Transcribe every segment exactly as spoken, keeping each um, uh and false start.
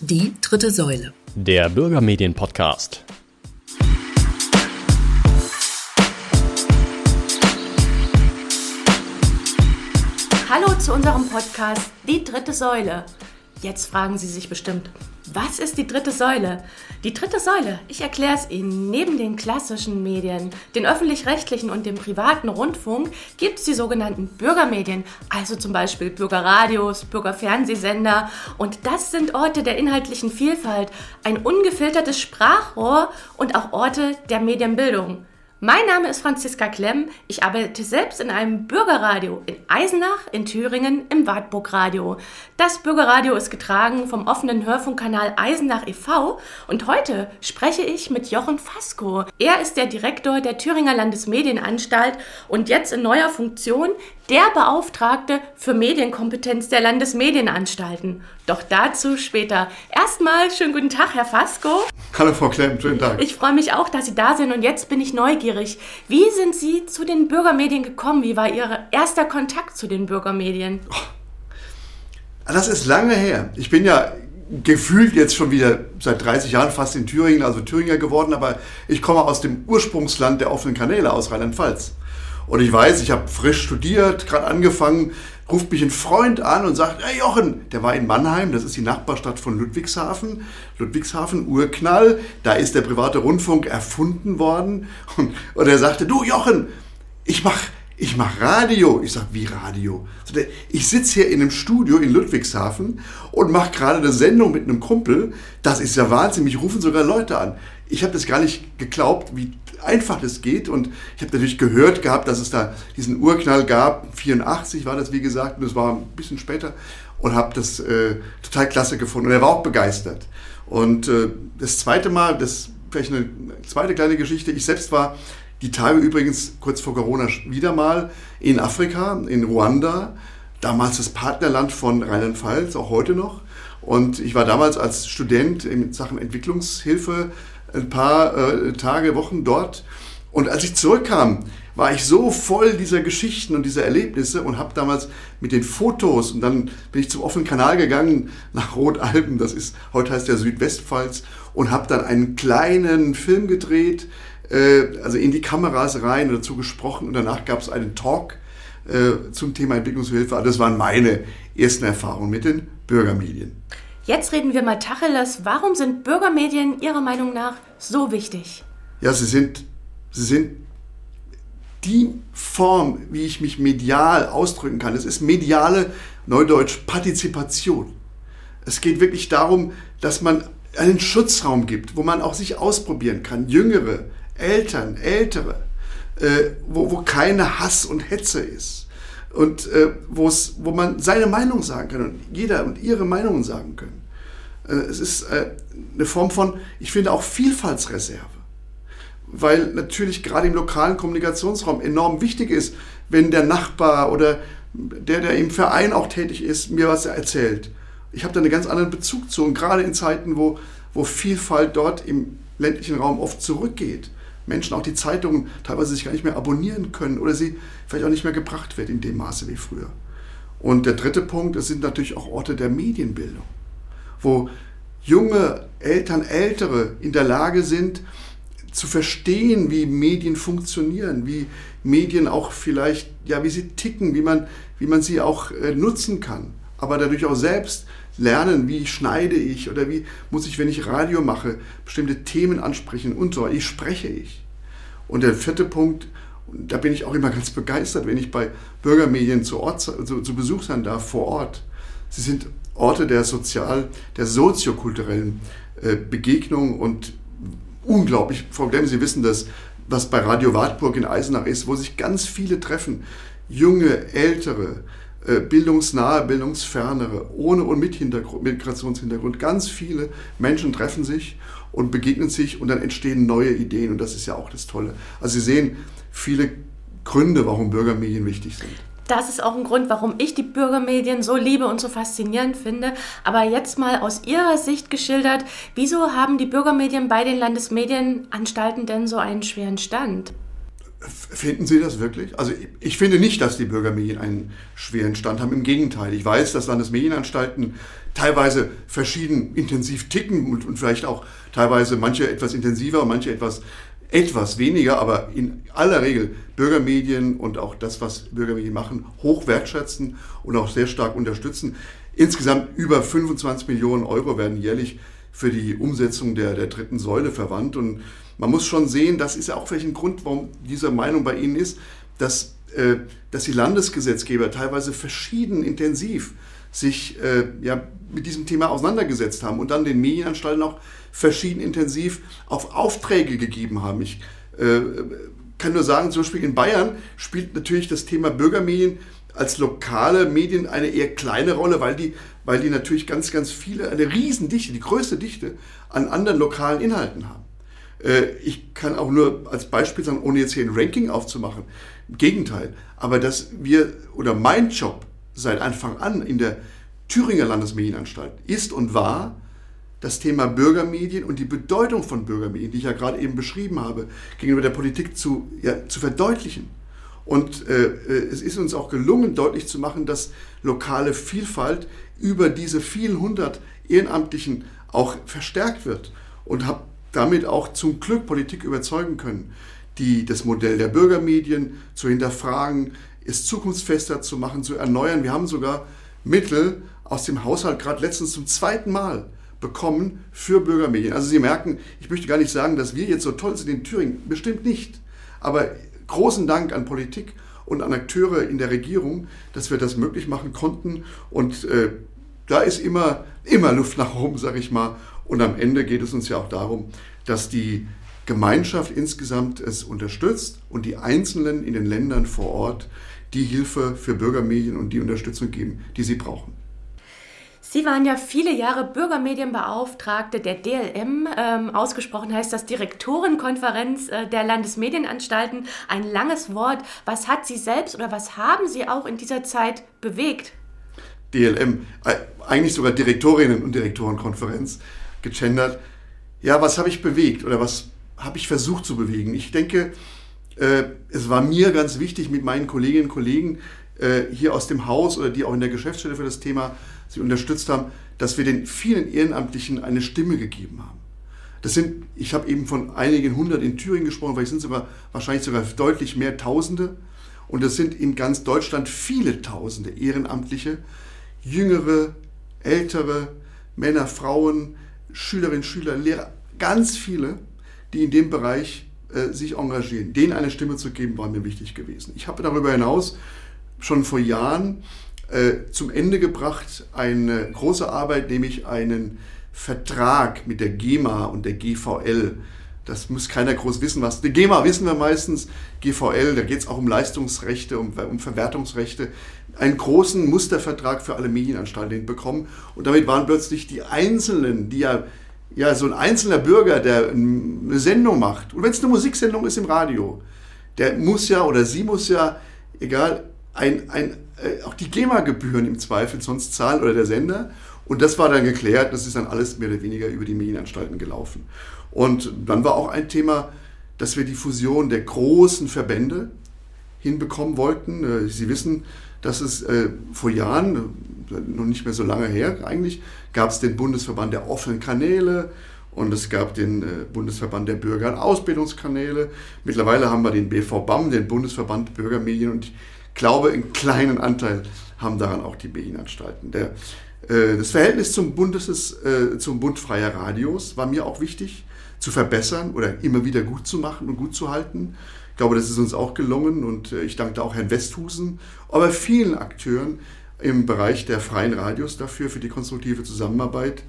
Die dritte Säule. Der Bürgermedien-Podcast. Hallo zu unserem Podcast Die dritte Säule. Jetzt fragen Sie sich bestimmt, was ist die dritte Säule? Die dritte Säule, ich erkläre es Ihnen, neben den klassischen Medien, den öffentlich-rechtlichen und dem privaten Rundfunk, gibt es die sogenannten Bürgermedien, also zum Beispiel Bürgerradios, Bürgerfernsehsender, und das sind Orte der inhaltlichen Vielfalt, ein ungefiltertes Sprachrohr und auch Orte der Medienbildung. Mein Name ist Franziska Klemm, ich arbeite selbst in einem Bürgerradio in Eisenach, in Thüringen, im Wartburg-Radio. Das Bürgerradio ist getragen vom offenen Hörfunkkanal Eisenach e V und heute spreche ich mit Jochen Fasko. Er ist der Direktor der Thüringer Landesmedienanstalt und jetzt in neuer Funktion der Beauftragte für Medienkompetenz der Landesmedienanstalten. Doch dazu später. Erstmal schönen guten Tag, Herr Fasko. Hallo Frau Klemm, schönen Tag. Ich freue mich auch, dass Sie da sind und jetzt bin ich neugierig. Wie sind Sie zu den Bürgermedien gekommen? Wie war Ihr erster Kontakt zu den Bürgermedien? Oh, das ist lange her. Ich bin ja gefühlt jetzt schon wieder seit dreißig Jahren fast in Thüringen, also Thüringer geworden, aber ich komme aus dem Ursprungsland der offenen Kanäle, aus Rheinland-Pfalz. Und ich weiß, ich habe frisch studiert, gerade angefangen, ruft mich ein Freund an und sagt, hey Jochen, der war in Mannheim, das ist die Nachbarstadt von Ludwigshafen, Ludwigshafen, Urknall, da ist der private Rundfunk erfunden worden. Und, und er sagte, du Jochen, ich mach, ich mach Radio. Ich sag, wie Radio? Ich sitze hier in einem Studio in Ludwigshafen und mache gerade eine Sendung mit einem Kumpel, das ist ja Wahnsinn, mich rufen sogar Leute an. Ich habe das gar nicht geglaubt, wie einfach das geht, und ich habe natürlich gehört gehabt, dass es da diesen Urknall gab, vierundachtzig war das, wie gesagt, und das war ein bisschen später, und habe das äh, total klasse gefunden und er war auch begeistert. Und äh, das zweite Mal, das vielleicht eine zweite kleine Geschichte, ich selbst war die Tage übrigens kurz vor Corona wieder mal in Afrika, in Ruanda, damals das Partnerland von Rheinland-Pfalz, auch heute noch, und ich war damals als Student in Sachen Entwicklungshilfe ein paar äh, Tage, Wochen dort. Und als ich zurückkam, war ich so voll dieser Geschichten und dieser Erlebnisse und habe damals mit den Fotos, und dann bin ich zum offenen Kanal gegangen nach Rotalben, das ist, heute heißt der Südwestpfalz, und habe dann einen kleinen Film gedreht, äh, also in die Kameras rein und dazu gesprochen, und danach gab es einen Talk äh, zum Thema Entwicklungshilfe. Also das waren meine ersten Erfahrungen mit den Bürgermedien. Jetzt reden wir mal Tacheles. Warum sind Bürgermedien Ihrer Meinung nach so wichtig? Ja, sie sind, sie sind die Form, wie ich mich medial ausdrücken kann. Es ist mediale, neudeutsch, Partizipation. Es geht wirklich darum, dass man einen Schutzraum gibt, wo man auch sich ausprobieren kann. Jüngere, Eltern, Ältere, äh, wo, wo keine Hass und Hetze ist. Und äh, wo man seine Meinung sagen kann und jeder und ihre Meinungen sagen können. Äh, es ist äh, eine Form von, ich finde, auch Vielfaltsreserve. Weil natürlich gerade im lokalen Kommunikationsraum enorm wichtig ist, wenn der Nachbar oder der, der im Verein auch tätig ist, mir was erzählt. Ich habe da einen ganz anderen Bezug zu, und gerade in Zeiten, wo, wo Vielfalt dort im ländlichen Raum oft zurückgeht. Menschen auch die Zeitungen teilweise sich gar nicht mehr abonnieren können oder sie vielleicht auch nicht mehr gebracht wird in dem Maße wie früher. Und der dritte Punkt, das sind natürlich auch Orte der Medienbildung, wo junge Eltern, Ältere in der Lage sind, zu verstehen, wie Medien funktionieren, wie Medien auch vielleicht, ja, wie sie ticken, wie man, wie man sie auch äh, nutzen kann, aber dadurch auch selbst lernen, wie schneide ich oder wie muss ich, wenn ich Radio mache, bestimmte Themen ansprechen und so. Ich spreche ich. Und der vierte Punkt, da bin ich auch immer ganz begeistert, wenn ich bei Bürgermedien zu, Ort, zu, zu Besuch sein darf, vor Ort. Sie sind Orte der sozial, der soziokulturellen äh, Begegnung und unglaublich, Frau Klemm, Sie wissen das, was bei Radio Wartburg in Eisenach ist, wo sich ganz viele treffen, junge, ältere, bildungsnahe, bildungsfernere, ohne und mit Hintergrund, Migrationshintergrund. Ganz viele Menschen treffen sich und begegnen sich und dann entstehen neue Ideen, und das ist ja auch das Tolle. Also Sie sehen viele Gründe, warum Bürgermedien wichtig sind. Das ist auch ein Grund, warum ich die Bürgermedien so liebe und so faszinierend finde. Aber jetzt mal aus Ihrer Sicht geschildert, wieso haben die Bürgermedien bei den Landesmedienanstalten denn so einen schweren Stand? Finden Sie das wirklich? Also ich finde nicht, dass die Bürgermedien einen schweren Stand haben. Im Gegenteil. Ich weiß, dass Landesmedienanstalten teilweise verschieden intensiv ticken und, und vielleicht auch teilweise manche etwas intensiver und manche etwas, etwas weniger, aber in aller Regel Bürgermedien und auch das, was Bürgermedien machen, hoch wertschätzen und auch sehr stark unterstützen. Insgesamt über fünfundzwanzig Millionen Euro werden jährlich für die Umsetzung der, der dritten Säule verwandt. Und man muss schon sehen, das ist ja auch vielleicht ein Grund, warum diese Meinung bei Ihnen ist, dass, äh, dass die Landesgesetzgeber teilweise verschieden intensiv sich äh, ja, mit diesem Thema auseinandergesetzt haben und dann den Medienanstalten auch verschieden intensiv auf Aufträge gegeben haben. Ich äh, kann nur sagen, zum Beispiel in Bayern spielt natürlich das Thema Bürgermedien als lokale Medien eine eher kleine Rolle, weil die, weil die natürlich ganz, ganz viele, eine Riesendichte, die größte Dichte an anderen lokalen Inhalten haben. Äh, ich kann auch nur als Beispiel sagen, ohne jetzt hier ein Ranking aufzumachen, im Gegenteil, aber dass wir, oder mein Job seit Anfang an in der Thüringer Landesmedienanstalt ist und war, das Thema Bürgermedien und die Bedeutung von Bürgermedien, die ich ja gerade eben beschrieben habe, gegenüber der Politik zu, ja, zu verdeutlichen. Und äh, es ist uns auch gelungen, deutlich zu machen, dass lokale Vielfalt über diese vielen hundert Ehrenamtlichen auch verstärkt wird. Und habe damit auch zum Glück Politik überzeugen können, die, das Modell der Bürgermedien zu hinterfragen, es zukunftsfester zu machen, zu erneuern. Wir haben sogar Mittel aus dem Haushalt gerade letztens zum zweiten Mal bekommen für Bürgermedien. Also Sie merken, ich möchte gar nicht sagen, dass wir jetzt so toll sind in Thüringen, bestimmt nicht. Aber großen Dank an Politik und an Akteure in der Regierung, dass wir das möglich machen konnten. Und äh, da ist immer, immer Luft nach oben, sage ich mal. Und am Ende geht es uns ja auch darum, dass die Gemeinschaft insgesamt es unterstützt und die Einzelnen in den Ländern vor Ort die Hilfe für Bürgermedien und die Unterstützung geben, die sie brauchen. Sie waren ja viele Jahre Bürgermedienbeauftragte der D L M. Ähm, ausgesprochen heißt das Direktorenkonferenz äh, der Landesmedienanstalten. Ein langes Wort. Was hat Sie selbst oder was haben Sie auch in dieser Zeit bewegt? D L M, äh, eigentlich sogar Direktorinnen- und Direktorenkonferenz, gegendert. Ja, was habe ich bewegt oder was habe ich versucht zu bewegen? Ich denke, äh, es war mir ganz wichtig, mit meinen Kolleginnen und Kollegen äh, hier aus dem Haus oder die auch in der Geschäftsstelle für das Thema sie unterstützt haben, dass wir den vielen Ehrenamtlichen eine Stimme gegeben haben. Das sind, ich habe eben von einigen hundert in Thüringen gesprochen, weil es sind sogar wahrscheinlich sogar deutlich mehr Tausende. Und es sind in ganz Deutschland viele Tausende Ehrenamtliche, jüngere, ältere, Männer, Frauen, Schülerinnen, Schüler, Lehrer, ganz viele, die in dem Bereich äh, sich engagieren. Denen eine Stimme zu geben, war mir wichtig gewesen. Ich habe darüber hinaus schon vor Jahren äh, zum Ende gebracht eine große Arbeit, nämlich einen Vertrag mit der GEMA und der G V L. Das muss keiner groß wissen, was. Die GEMA wissen wir meistens, G V L, da geht es auch um Leistungsrechte, um, um Verwertungsrechte. Einen großen Mustervertrag für alle Medienanstalten bekommen. Und damit waren plötzlich die Einzelnen, die ja, ja so ein einzelner Bürger, der eine Sendung macht, und wenn es eine Musiksendung ist im Radio, der muss ja oder sie muss ja, egal, ein, ein, äh, auch die GEMA-Gebühren im Zweifel sonst zahlen oder der Sender. Und das war dann geklärt, das ist dann alles mehr oder weniger über die Medienanstalten gelaufen. Und dann war auch ein Thema, dass wir die Fusion der großen Verbände hinbekommen wollten. Sie wissen, dass es äh, vor Jahren, noch nicht mehr so lange her eigentlich, gab es den Bundesverband der offenen Kanäle und es gab den äh, Bundesverband der Bürger- und Ausbildungskanäle. Mittlerweile haben wir den B V B A M, den Bundesverband Bürgermedien, und ich glaube, einen kleinen Anteil haben daran auch die Medienanstalten. Der, äh, das Verhältnis zum, Bundes, äh, zum Bund freier Radios war mir auch wichtig zu verbessern oder immer wieder gut zu machen und gut zu halten. Ich glaube, das ist uns auch gelungen und ich danke auch Herrn Westhusen, aber vielen Akteuren im Bereich der freien Radios dafür, für die konstruktive Zusammenarbeit.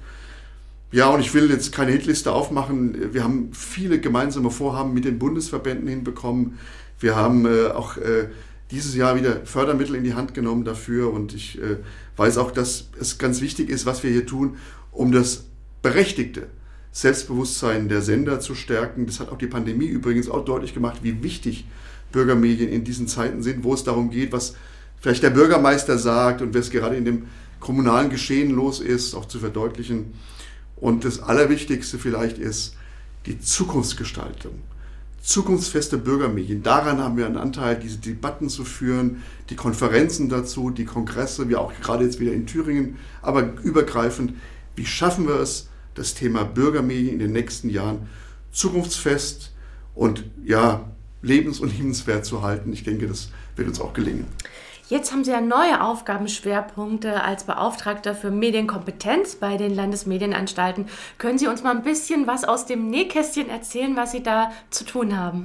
Ja, und ich will jetzt keine Hitliste aufmachen. Wir haben viele gemeinsame Vorhaben mit den Bundesverbänden hinbekommen. Wir haben äh, auch äh, dieses Jahr wieder Fördermittel in die Hand genommen dafür und ich äh, weiß auch, dass es ganz wichtig ist, was wir hier tun, um das berechtigte Selbstbewusstsein der Sender zu stärken. Das hat auch die Pandemie übrigens auch deutlich gemacht, wie wichtig Bürgermedien in diesen Zeiten sind, wo es darum geht, was vielleicht der Bürgermeister sagt und was gerade in dem kommunalen Geschehen los ist, auch zu verdeutlichen. Und das Allerwichtigste vielleicht ist die Zukunftsgestaltung zukunftsfeste Bürgermedien. Daran haben wir einen Anteil, diese Debatten zu führen, die Konferenzen dazu, die Kongresse, wie auch gerade jetzt wieder in Thüringen, aber übergreifend. Wie schaffen wir es, das Thema Bürgermedien in den nächsten Jahren zukunftsfest und ja, lebens- und liebenswert zu halten? Ich denke, das wird uns auch gelingen. Jetzt haben Sie ja neue Aufgabenschwerpunkte als Beauftragter für Medienkompetenz bei den Landesmedienanstalten. Können Sie uns mal ein bisschen was aus dem Nähkästchen erzählen, was Sie da zu tun haben?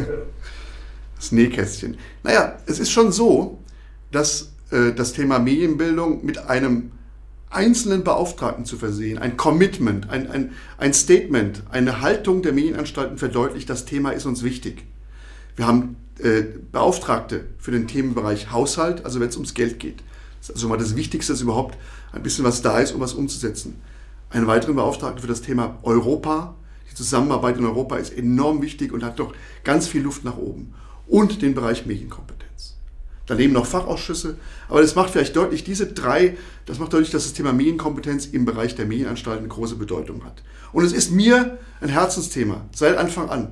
Das Nähkästchen. Naja, es ist schon so, dass äh, das Thema Medienbildung mit einem einzelnen Beauftragten zu versehen, ein Commitment, ein, ein, ein Statement, eine Haltung der Medienanstalten verdeutlicht, das Thema ist uns wichtig. Wir haben äh, Beauftragte für den Themenbereich Haushalt, also wenn es ums Geld geht. Das ist also mal das Wichtigste, dass überhaupt ein bisschen was da ist, um was umzusetzen. Einen weiteren Beauftragten für das Thema Europa. Die Zusammenarbeit in Europa ist enorm wichtig und hat doch ganz viel Luft nach oben. Und den Bereich Medienkompetenz. Daneben noch Fachausschüsse, aber das macht vielleicht deutlich, diese drei, das macht deutlich, dass das Thema Medienkompetenz im Bereich der Medienanstalten eine große Bedeutung hat. Und es ist mir ein Herzensthema, seit Anfang an.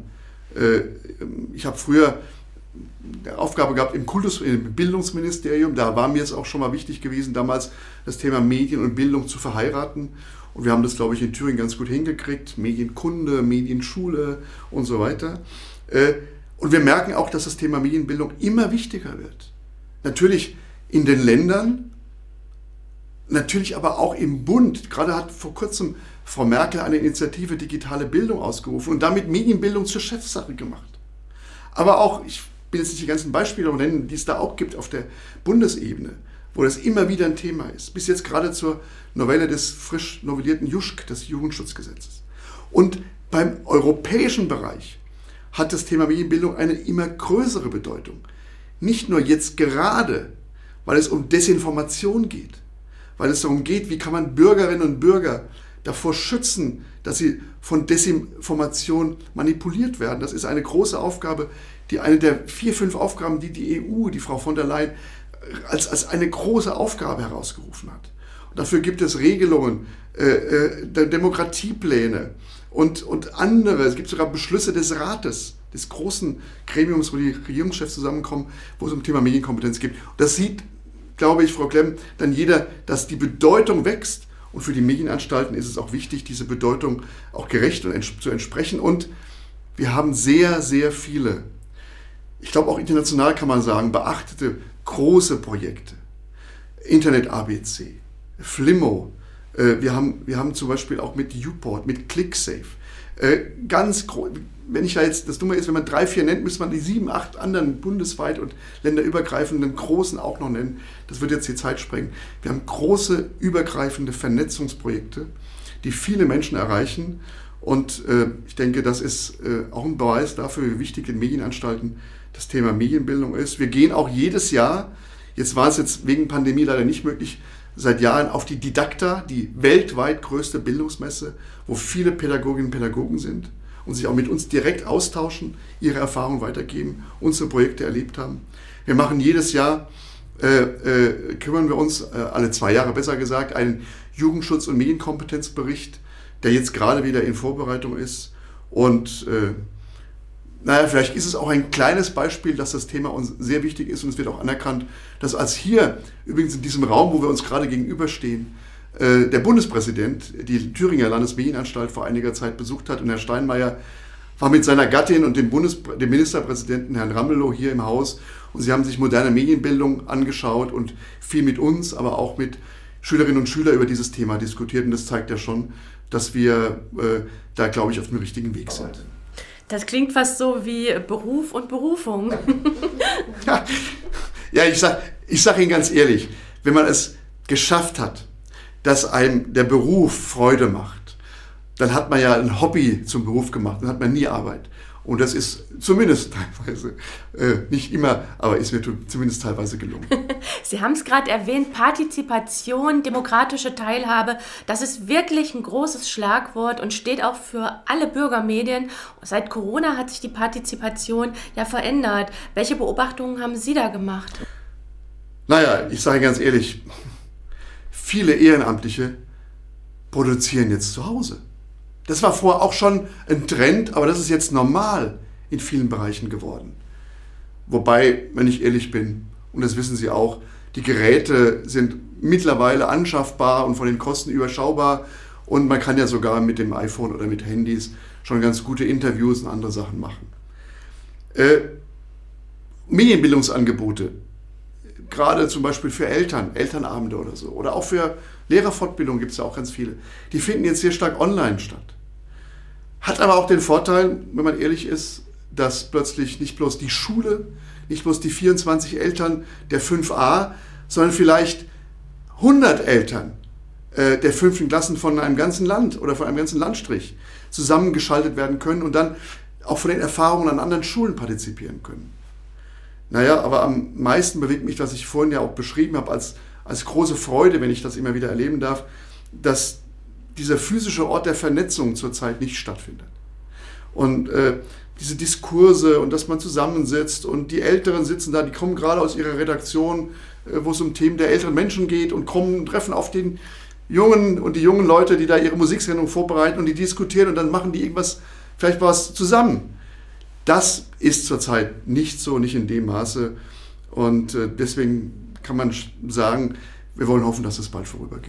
Ich habe früher eine Aufgabe gehabt im Kultus- im Bildungsministerium, da war mir es auch schon mal wichtig gewesen, damals das Thema Medien und Bildung zu verheiraten. Und wir haben das, glaube ich, in Thüringen ganz gut hingekriegt, Medienkunde, Medienschule und so weiter. Und wir merken auch, dass das Thema Medienbildung immer wichtiger wird. Natürlich in den Ländern, natürlich aber auch im Bund. Gerade hat vor kurzem Frau Merkel eine Initiative Digitale Bildung ausgerufen und damit Medienbildung zur Chefsache gemacht. Aber auch, ich will jetzt nicht die ganzen Beispiele nennen, die es da auch gibt auf der Bundesebene, wo das immer wieder ein Thema ist. Bis jetzt gerade zur Novelle des frisch novellierten JUSC, des Jugendschutzgesetzes. Und beim europäischen Bereich hat das Thema Medienbildung eine immer größere Bedeutung. Nicht nur jetzt gerade, weil es um Desinformation geht, weil es darum geht, wie kann man Bürgerinnen und Bürger davor schützen, dass sie von Desinformation manipuliert werden. Das ist eine große Aufgabe, die eine der vier, fünf Aufgaben, die die E U, die Frau von der Leyen, als, als eine große Aufgabe herausgerufen hat. Und dafür gibt es Regelungen, äh, äh, Demokratiepläne und, und andere. Es gibt sogar Beschlüsse des Rates, des großen Gremiums, wo die Regierungschefs zusammenkommen, wo es um das Thema Medienkompetenz geht. Und das sieht, glaube ich, Frau Klemm, dann jeder, dass die Bedeutung wächst. Und für die Medienanstalten ist es auch wichtig, diese Bedeutung auch gerecht und ents- zu entsprechen. Und wir haben sehr, sehr viele, ich glaube auch international kann man sagen, beachtete große Projekte. Internet A B C, Flimmo, äh, wir haben, wir haben zum Beispiel auch mit Uport, mit ClickSafe, äh, ganz groß. Wenn ich da jetzt, das Dumme ist, wenn man drei, vier nennt, müsste man die sieben, acht anderen bundesweit und länderübergreifenden großen auch noch nennen. Das wird jetzt die Zeit sprengen. Wir haben große, übergreifende Vernetzungsprojekte, die viele Menschen erreichen. Und äh, ich denke, das ist äh, auch ein Beweis dafür, wie wichtig in Medienanstalten das Thema Medienbildung ist. Wir gehen auch jedes Jahr, jetzt war es jetzt wegen Pandemie leider nicht möglich, seit Jahren auf die Didakta, die weltweit größte Bildungsmesse, wo viele Pädagoginnen und Pädagogen sind und sich auch mit uns direkt austauschen, ihre Erfahrungen weitergeben, unsere Projekte erlebt haben. Wir machen jedes Jahr, äh, äh, kümmern wir uns, äh, alle zwei Jahre besser gesagt, einen Jugendschutz- und Medienkompetenzbericht, der jetzt gerade wieder in Vorbereitung ist. Und äh, naja, vielleicht ist es auch ein kleines Beispiel, dass das Thema uns sehr wichtig ist und es wird auch anerkannt, dass als hier, übrigens in diesem Raum, wo wir uns gerade gegenüberstehen, äh, der Bundespräsident die Thüringer Landesmedienanstalt vor einiger Zeit besucht hat und Herr Steinmeier war mit seiner Gattin und dem, Bundes- dem Ministerpräsidenten Herrn Ramelow hier im Haus und sie haben sich moderne Medienbildung angeschaut und viel mit uns, aber auch mit Schülerinnen und Schülern über dieses Thema diskutiert und das zeigt ja schon, dass wir äh, da, glaube ich, auf dem richtigen Weg sind. Das klingt fast so wie Beruf und Berufung. Ja, ja ich sage ich sag Ihnen ganz ehrlich, wenn man es geschafft hat, dass einem der Beruf Freude macht, dann hat man ja ein Hobby zum Beruf gemacht, dann hat man nie Arbeit. Und das ist zumindest teilweise, äh, nicht immer, aber ist mir zumindest teilweise gelungen. Sie haben es gerade erwähnt, Partizipation, demokratische Teilhabe, das ist wirklich ein großes Schlagwort und steht auch für alle Bürgermedien. Seit Corona hat sich die Partizipation ja verändert. Welche Beobachtungen haben Sie da gemacht? Naja, ich sage ganz ehrlich, viele Ehrenamtliche produzieren jetzt zu Hause. Das war vorher auch schon ein Trend, aber das ist jetzt normal in vielen Bereichen geworden. Wobei, wenn ich ehrlich bin, und das wissen Sie auch, die Geräte sind mittlerweile anschaffbar und von den Kosten überschaubar und man kann ja sogar mit dem iPhone oder mit Handys schon ganz gute Interviews und andere Sachen machen. Äh, Medienbildungsangebote, gerade zum Beispiel für Eltern, Elternabende oder so, oder auch für Lehrerfortbildung gibt es ja auch ganz viele, die finden jetzt sehr stark online statt. Hat aber auch den Vorteil, wenn man ehrlich ist, dass plötzlich nicht bloß die Schule, nicht bloß die vierundzwanzig Eltern der fünf a, sondern vielleicht hundert Eltern äh, der fünften Klassen von einem ganzen Land oder von einem ganzen Landstrich zusammengeschaltet werden können und dann auch von den Erfahrungen an anderen Schulen partizipieren können. Naja, aber am meisten bewegt mich, was ich vorhin ja auch beschrieben habe, als, als große Freude, wenn ich das immer wieder erleben darf, dass dieser physische Ort der Vernetzung zurzeit nicht stattfindet. Und äh, diese Diskurse und dass man zusammensitzt und die Älteren sitzen da, die kommen gerade aus ihrer Redaktion, äh, wo es um Themen der älteren Menschen geht und kommen, treffen auf den Jungen und die jungen Leute, die da ihre Musiksendung vorbereiten und die diskutieren und dann machen die irgendwas, vielleicht was zusammen. Das ist zurzeit nicht so, nicht in dem Maße und äh, deswegen kann man sagen, wir wollen hoffen, dass es bald vorübergeht.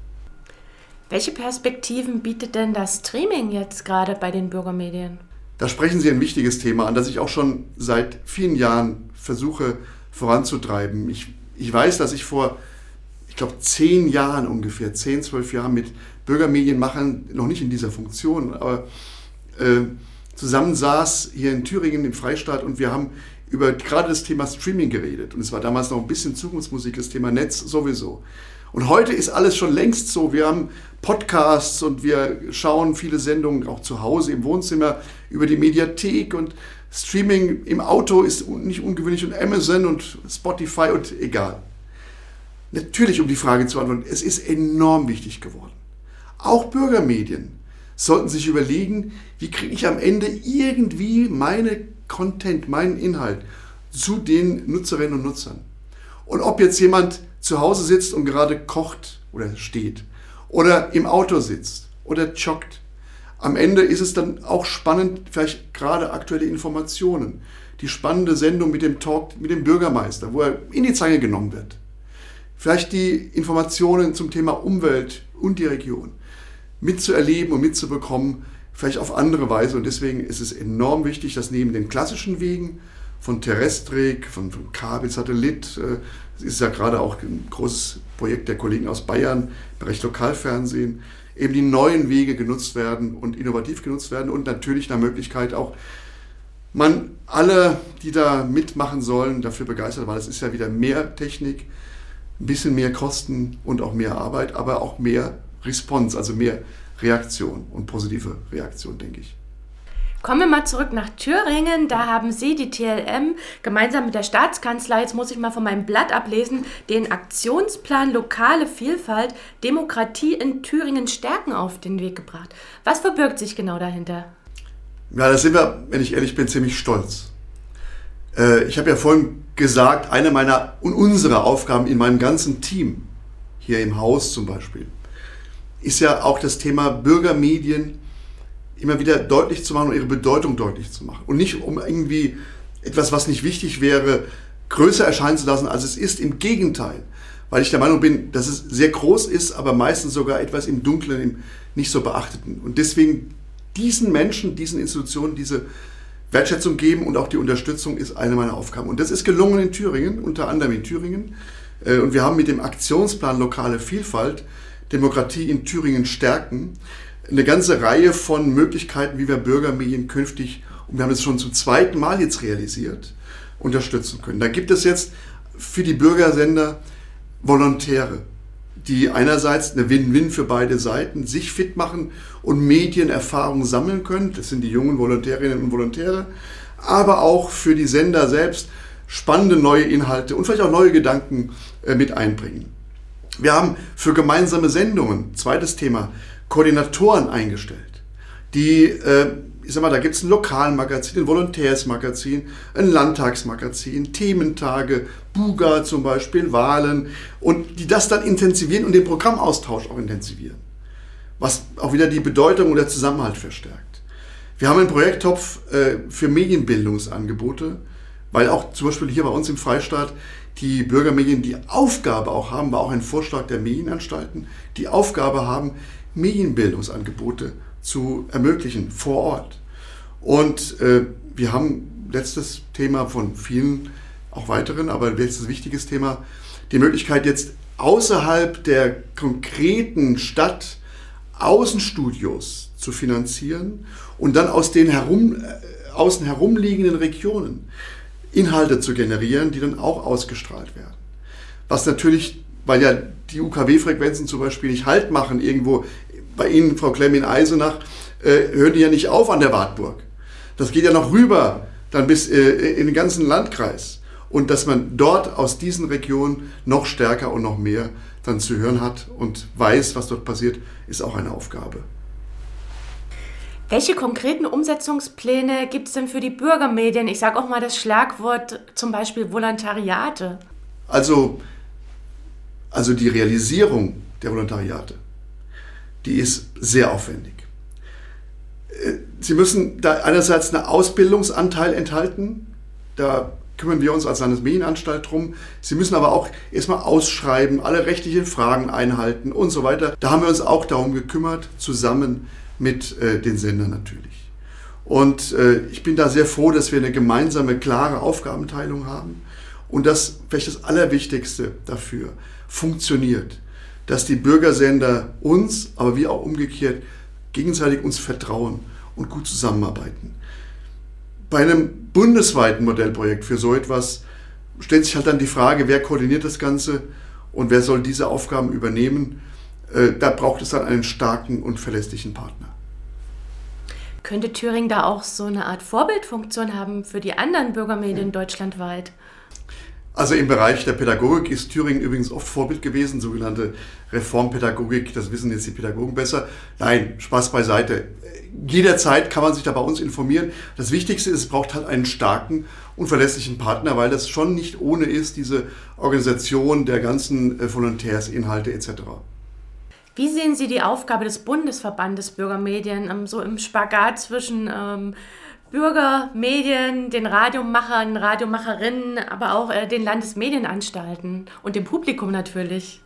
Welche Perspektiven bietet denn das Streaming jetzt gerade bei den Bürgermedien? Da sprechen Sie ein wichtiges Thema an, das ich auch schon seit vielen Jahren versuche voranzutreiben. Ich, ich weiß, dass ich vor, ich glaube, zehn Jahren ungefähr, zehn, zwölf Jahren mit Bürgermedienmachern, noch nicht in dieser Funktion, aber äh, zusammensaß hier in Thüringen im Freistaat und wir haben über gerade das Thema Streaming geredet. Und es war damals noch ein bisschen Zukunftsmusik, das Thema Netz sowieso. Und heute ist alles schon längst so. Wir haben Podcasts und wir schauen viele Sendungen auch zu Hause im Wohnzimmer über die Mediathek und Streaming im Auto ist nicht ungewöhnlich und Amazon und Spotify und egal. Natürlich, um die Frage zu beantworten, es ist enorm wichtig geworden. Auch Bürgermedien sollten sich überlegen, wie kriege ich am Ende irgendwie meine Content, meinen Inhalt zu den Nutzerinnen und Nutzern. Und ob jetzt jemand zu Hause sitzt und gerade kocht oder steht oder im Auto sitzt oder joggt. Am Ende ist es dann auch spannend, vielleicht gerade aktuelle Informationen. Die spannende Sendung mit dem Talk mit dem Bürgermeister, wo er in die Zange genommen wird. Vielleicht die Informationen zum Thema Umwelt und die Region mitzuerleben und mitzubekommen, vielleicht auf andere Weise. Und deswegen ist es enorm wichtig, dass neben den klassischen Wegen von Terrestrik, von, von Kabel, Satellit, äh, das ist ja gerade auch ein großes Projekt der Kollegen aus Bayern, im Bereich Lokalfernsehen, eben die neuen Wege genutzt werden und innovativ genutzt werden und natürlich nach Möglichkeit auch man alle, die da mitmachen sollen, dafür begeistert, weil es ist ja wieder mehr Technik, ein bisschen mehr Kosten und auch mehr Arbeit, aber auch mehr Response, also mehr Reaktion und positive Reaktion, denke ich. Kommen wir mal zurück nach Thüringen. Da haben Sie, die T L M, gemeinsam mit der Staatskanzlei, jetzt muss ich mal von meinem Blatt ablesen, den Aktionsplan Lokale Vielfalt, Demokratie in Thüringen stärken auf den Weg gebracht. Was verbirgt sich genau dahinter? Ja, da sind wir, wenn ich ehrlich bin, ziemlich stolz. Äh, ich habe ja vorhin gesagt, eine meiner und unserer Aufgaben in meinem ganzen Team, hier im Haus zum Beispiel, ist ja auch das Thema Bürgermedien immer wieder deutlich zu machen und ihre Bedeutung deutlich zu machen. Und nicht um irgendwie etwas, was nicht wichtig wäre, größer erscheinen zu lassen, als es ist. Im Gegenteil. Weil ich der Meinung bin, dass es sehr groß ist, aber meistens sogar etwas im Dunklen, im nicht so Beachteten. Und deswegen diesen Menschen, diesen Institutionen diese Wertschätzung geben und auch die Unterstützung ist eine meiner Aufgaben. Und das ist gelungen in Thüringen, unter anderem in Thüringen. Und wir haben mit dem Aktionsplan Lokale Vielfalt, Demokratie in Thüringen stärken, eine ganze Reihe von Möglichkeiten, wie wir Bürgermedien künftig, und wir haben es schon zum zweiten Mal jetzt realisiert, unterstützen können. Da gibt es jetzt für die Bürgersender Volontäre, die einerseits eine Win-Win für beide Seiten, sich fit machen und Medienerfahrung sammeln können. Das sind die jungen Volontärinnen und Volontäre, aber auch für die Sender selbst spannende neue Inhalte und vielleicht auch neue Gedanken äh, mit einbringen. Wir haben für gemeinsame Sendungen, zweites Thema, Koordinatoren eingestellt, die, äh, ich sag mal, da gibt es ein Lokalmagazin, ein Volontärsmagazin, ein Landtagsmagazin, Thementage, Buga zum Beispiel, Wahlen und die das dann intensivieren und den Programmaustausch auch intensivieren, was auch wieder die Bedeutung und der Zusammenhalt verstärkt. Wir haben einen Projekttopf äh, für Medienbildungsangebote, weil auch zum Beispiel hier bei uns im Freistaat die Bürgermedien die Aufgabe auch haben, war auch ein Vorschlag der Medienanstalten, die Aufgabe haben, Medienbildungsangebote zu ermöglichen vor Ort. Und äh, wir haben letztes Thema von vielen, auch weiteren, aber letztes wichtiges Thema, die Möglichkeit jetzt außerhalb der konkreten Stadt Außenstudios zu finanzieren und dann aus den herum, äh, außen herumliegenden Regionen Inhalte zu generieren, die dann auch ausgestrahlt werden. Was natürlich, weil ja die U K W-Frequenzen zum Beispiel nicht Halt machen, irgendwo bei Ihnen, Frau Klemm, in Eisenach, äh, hören die ja nicht auf an der Wartburg. Das geht ja noch rüber, dann bis äh, in den ganzen Landkreis. Und dass man dort aus diesen Regionen noch stärker und noch mehr dann zu hören hat und weiß, was dort passiert, ist auch eine Aufgabe. Welche konkreten Umsetzungspläne gibt es denn für die Bürgermedien? Ich sage auch mal das Schlagwort zum Beispiel Volontariate. Also, also die Realisierung der Volontariate, die ist sehr aufwendig. Sie müssen da einerseits einen Ausbildungsanteil enthalten, da kümmern wir uns als Landesmedienanstalt drum. Sie müssen aber auch erstmal ausschreiben, alle rechtlichen Fragen einhalten und so weiter. Da haben wir uns auch darum gekümmert, zusammen mit äh, den Sendern natürlich. Und äh, ich bin da sehr froh, dass wir eine gemeinsame, klare Aufgabenteilung haben und das, vielleicht das Allerwichtigste dafür, funktioniert, dass die Bürgersender uns, aber wir auch umgekehrt, gegenseitig uns vertrauen und gut zusammenarbeiten. Bei einem bundesweiten Modellprojekt für so etwas stellt sich halt dann die Frage, wer koordiniert das Ganze und wer soll diese Aufgaben übernehmen. Äh, da braucht es dann einen starken und verlässlichen Partner. Könnte Thüringen da auch so eine Art Vorbildfunktion haben für die anderen Bürgermedien ja. deutschlandweit? Also im Bereich der Pädagogik ist Thüringen übrigens oft Vorbild gewesen, sogenannte Reformpädagogik, das wissen jetzt die Pädagogen besser. Nein, Spaß beiseite. Jederzeit kann man sich da bei uns informieren. Das Wichtigste ist, es braucht halt einen starken und verlässlichen Partner, weil das schon nicht ohne ist, diese Organisation der ganzen Volontärsinhalte et cetera. Wie sehen Sie die Aufgabe des Bundesverbandes Bürgermedien so im Spagat zwischen ähm, Bürgermedien, den Radiomachern, Radiomacherinnen, aber auch äh, den Landesmedienanstalten und dem Publikum natürlich?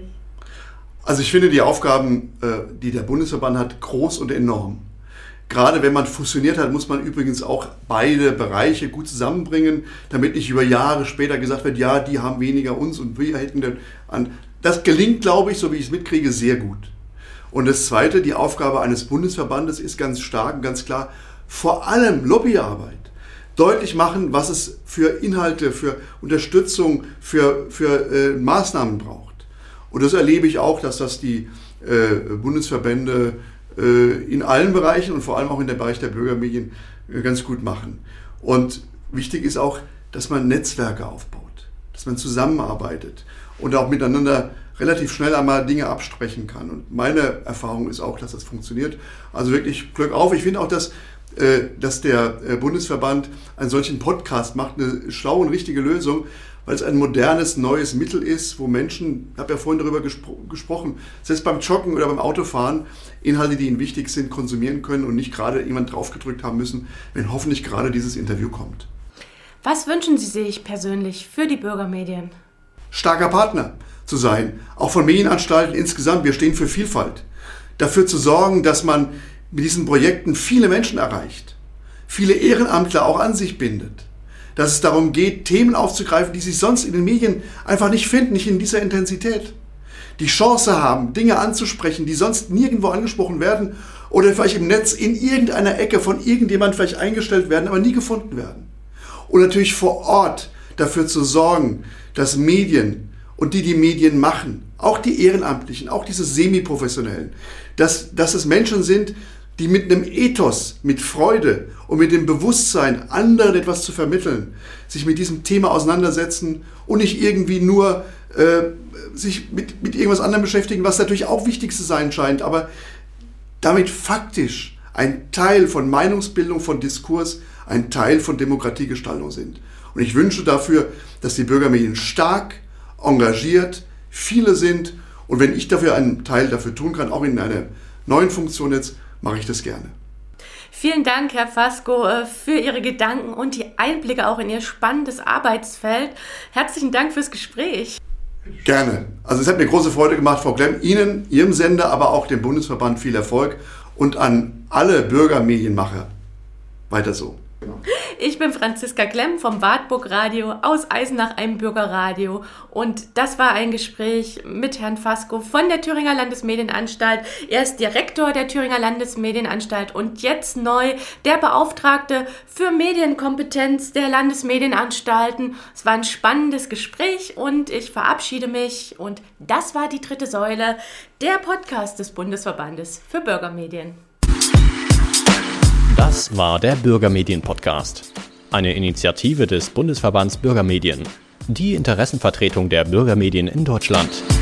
Also ich finde die Aufgaben, äh, die der Bundesverband hat, groß und enorm. Gerade wenn man fusioniert hat, muss man übrigens auch beide Bereiche gut zusammenbringen, damit nicht über Jahre später gesagt wird, ja, die haben weniger uns und wir hätten dann an. Das gelingt, glaube ich, so wie ich es mitkriege, sehr gut. Und das Zweite, die Aufgabe eines Bundesverbandes ist ganz stark und ganz klar, vor allem Lobbyarbeit. Deutlich machen, was es für Inhalte, für Unterstützung, für, für äh, Maßnahmen braucht. Und das erlebe ich auch, dass das die äh, Bundesverbände äh, in allen Bereichen und vor allem auch in der Bereich der Bürgermedien äh, ganz gut machen. Und wichtig ist auch, dass man Netzwerke aufbaut, dass man zusammenarbeitet und auch miteinander relativ schnell einmal Dinge absprechen kann. Und meine Erfahrung ist auch, dass das funktioniert. Also wirklich Glück auf. Ich finde auch, dass, äh, dass der äh, Bundesverband einen solchen Podcast macht, eine schlaue und richtige Lösung, weil es ein modernes, neues Mittel ist, wo Menschen, ich habe ja vorhin darüber gespro- gesprochen, selbst beim Joggen oder beim Autofahren, Inhalte, die ihnen wichtig sind, konsumieren können und nicht gerade jemand draufgedrückt haben müssen, wenn hoffentlich gerade dieses Interview kommt. Was wünschen Sie sich persönlich für die Bürgermedien? Starker Partner zu sein, auch von Medienanstalten insgesamt. Wir stehen für Vielfalt. Dafür zu sorgen, dass man mit diesen Projekten viele Menschen erreicht, viele Ehrenamtler auch an sich bindet. Dass es darum geht, Themen aufzugreifen, die sich sonst in den Medien einfach nicht finden, nicht in dieser Intensität. Die Chance haben, Dinge anzusprechen, die sonst nirgendwo angesprochen werden oder vielleicht im Netz in irgendeiner Ecke von irgendjemand vielleicht eingestellt werden, aber nie gefunden werden. Und natürlich vor Ort dafür zu sorgen, dass Medien und die, die Medien machen, auch die Ehrenamtlichen, auch diese Semi-Professionellen, dass, dass es Menschen sind, die mit einem Ethos, mit Freude und mit dem Bewusstsein, anderen etwas zu vermitteln, sich mit diesem Thema auseinandersetzen und nicht irgendwie nur äh, sich mit, mit irgendwas anderem beschäftigen, was natürlich auch wichtig zu sein scheint, aber damit faktisch ein Teil von Meinungsbildung, von Diskurs, ein Teil von Demokratiegestaltung sind. Und ich wünsche dafür, dass die Bürgermedien stark, engagiert, viele sind. Und wenn ich dafür einen Teil dafür tun kann, auch in einer neuen Funktion jetzt, mache ich das gerne. Vielen Dank, Herr Fasko, für Ihre Gedanken und die Einblicke auch in Ihr spannendes Arbeitsfeld. Herzlichen Dank fürs Gespräch. Gerne. Also es hat mir große Freude gemacht, Frau Klemm. Ihnen, Ihrem Sender, aber auch dem Bundesverband viel Erfolg und an alle Bürgermedienmacher weiter so. Ich bin Franziska Klemm vom Wartburg Radio aus Eisenach, einem Bürgerradio. Und das war ein Gespräch mit Herrn Fasko von der Thüringer Landesmedienanstalt. Er ist Direktor der Thüringer Landesmedienanstalt und jetzt neu der Beauftragte für Medienkompetenz der Landesmedienanstalten. Es war ein spannendes Gespräch und ich verabschiede mich. Und das war die dritte Säule, der Podcast des Bundesverbandes für Bürgermedien. Das war der Bürgermedien-Podcast, eine Initiative des Bundesverbands Bürgermedien, die Interessenvertretung der Bürgermedien in Deutschland.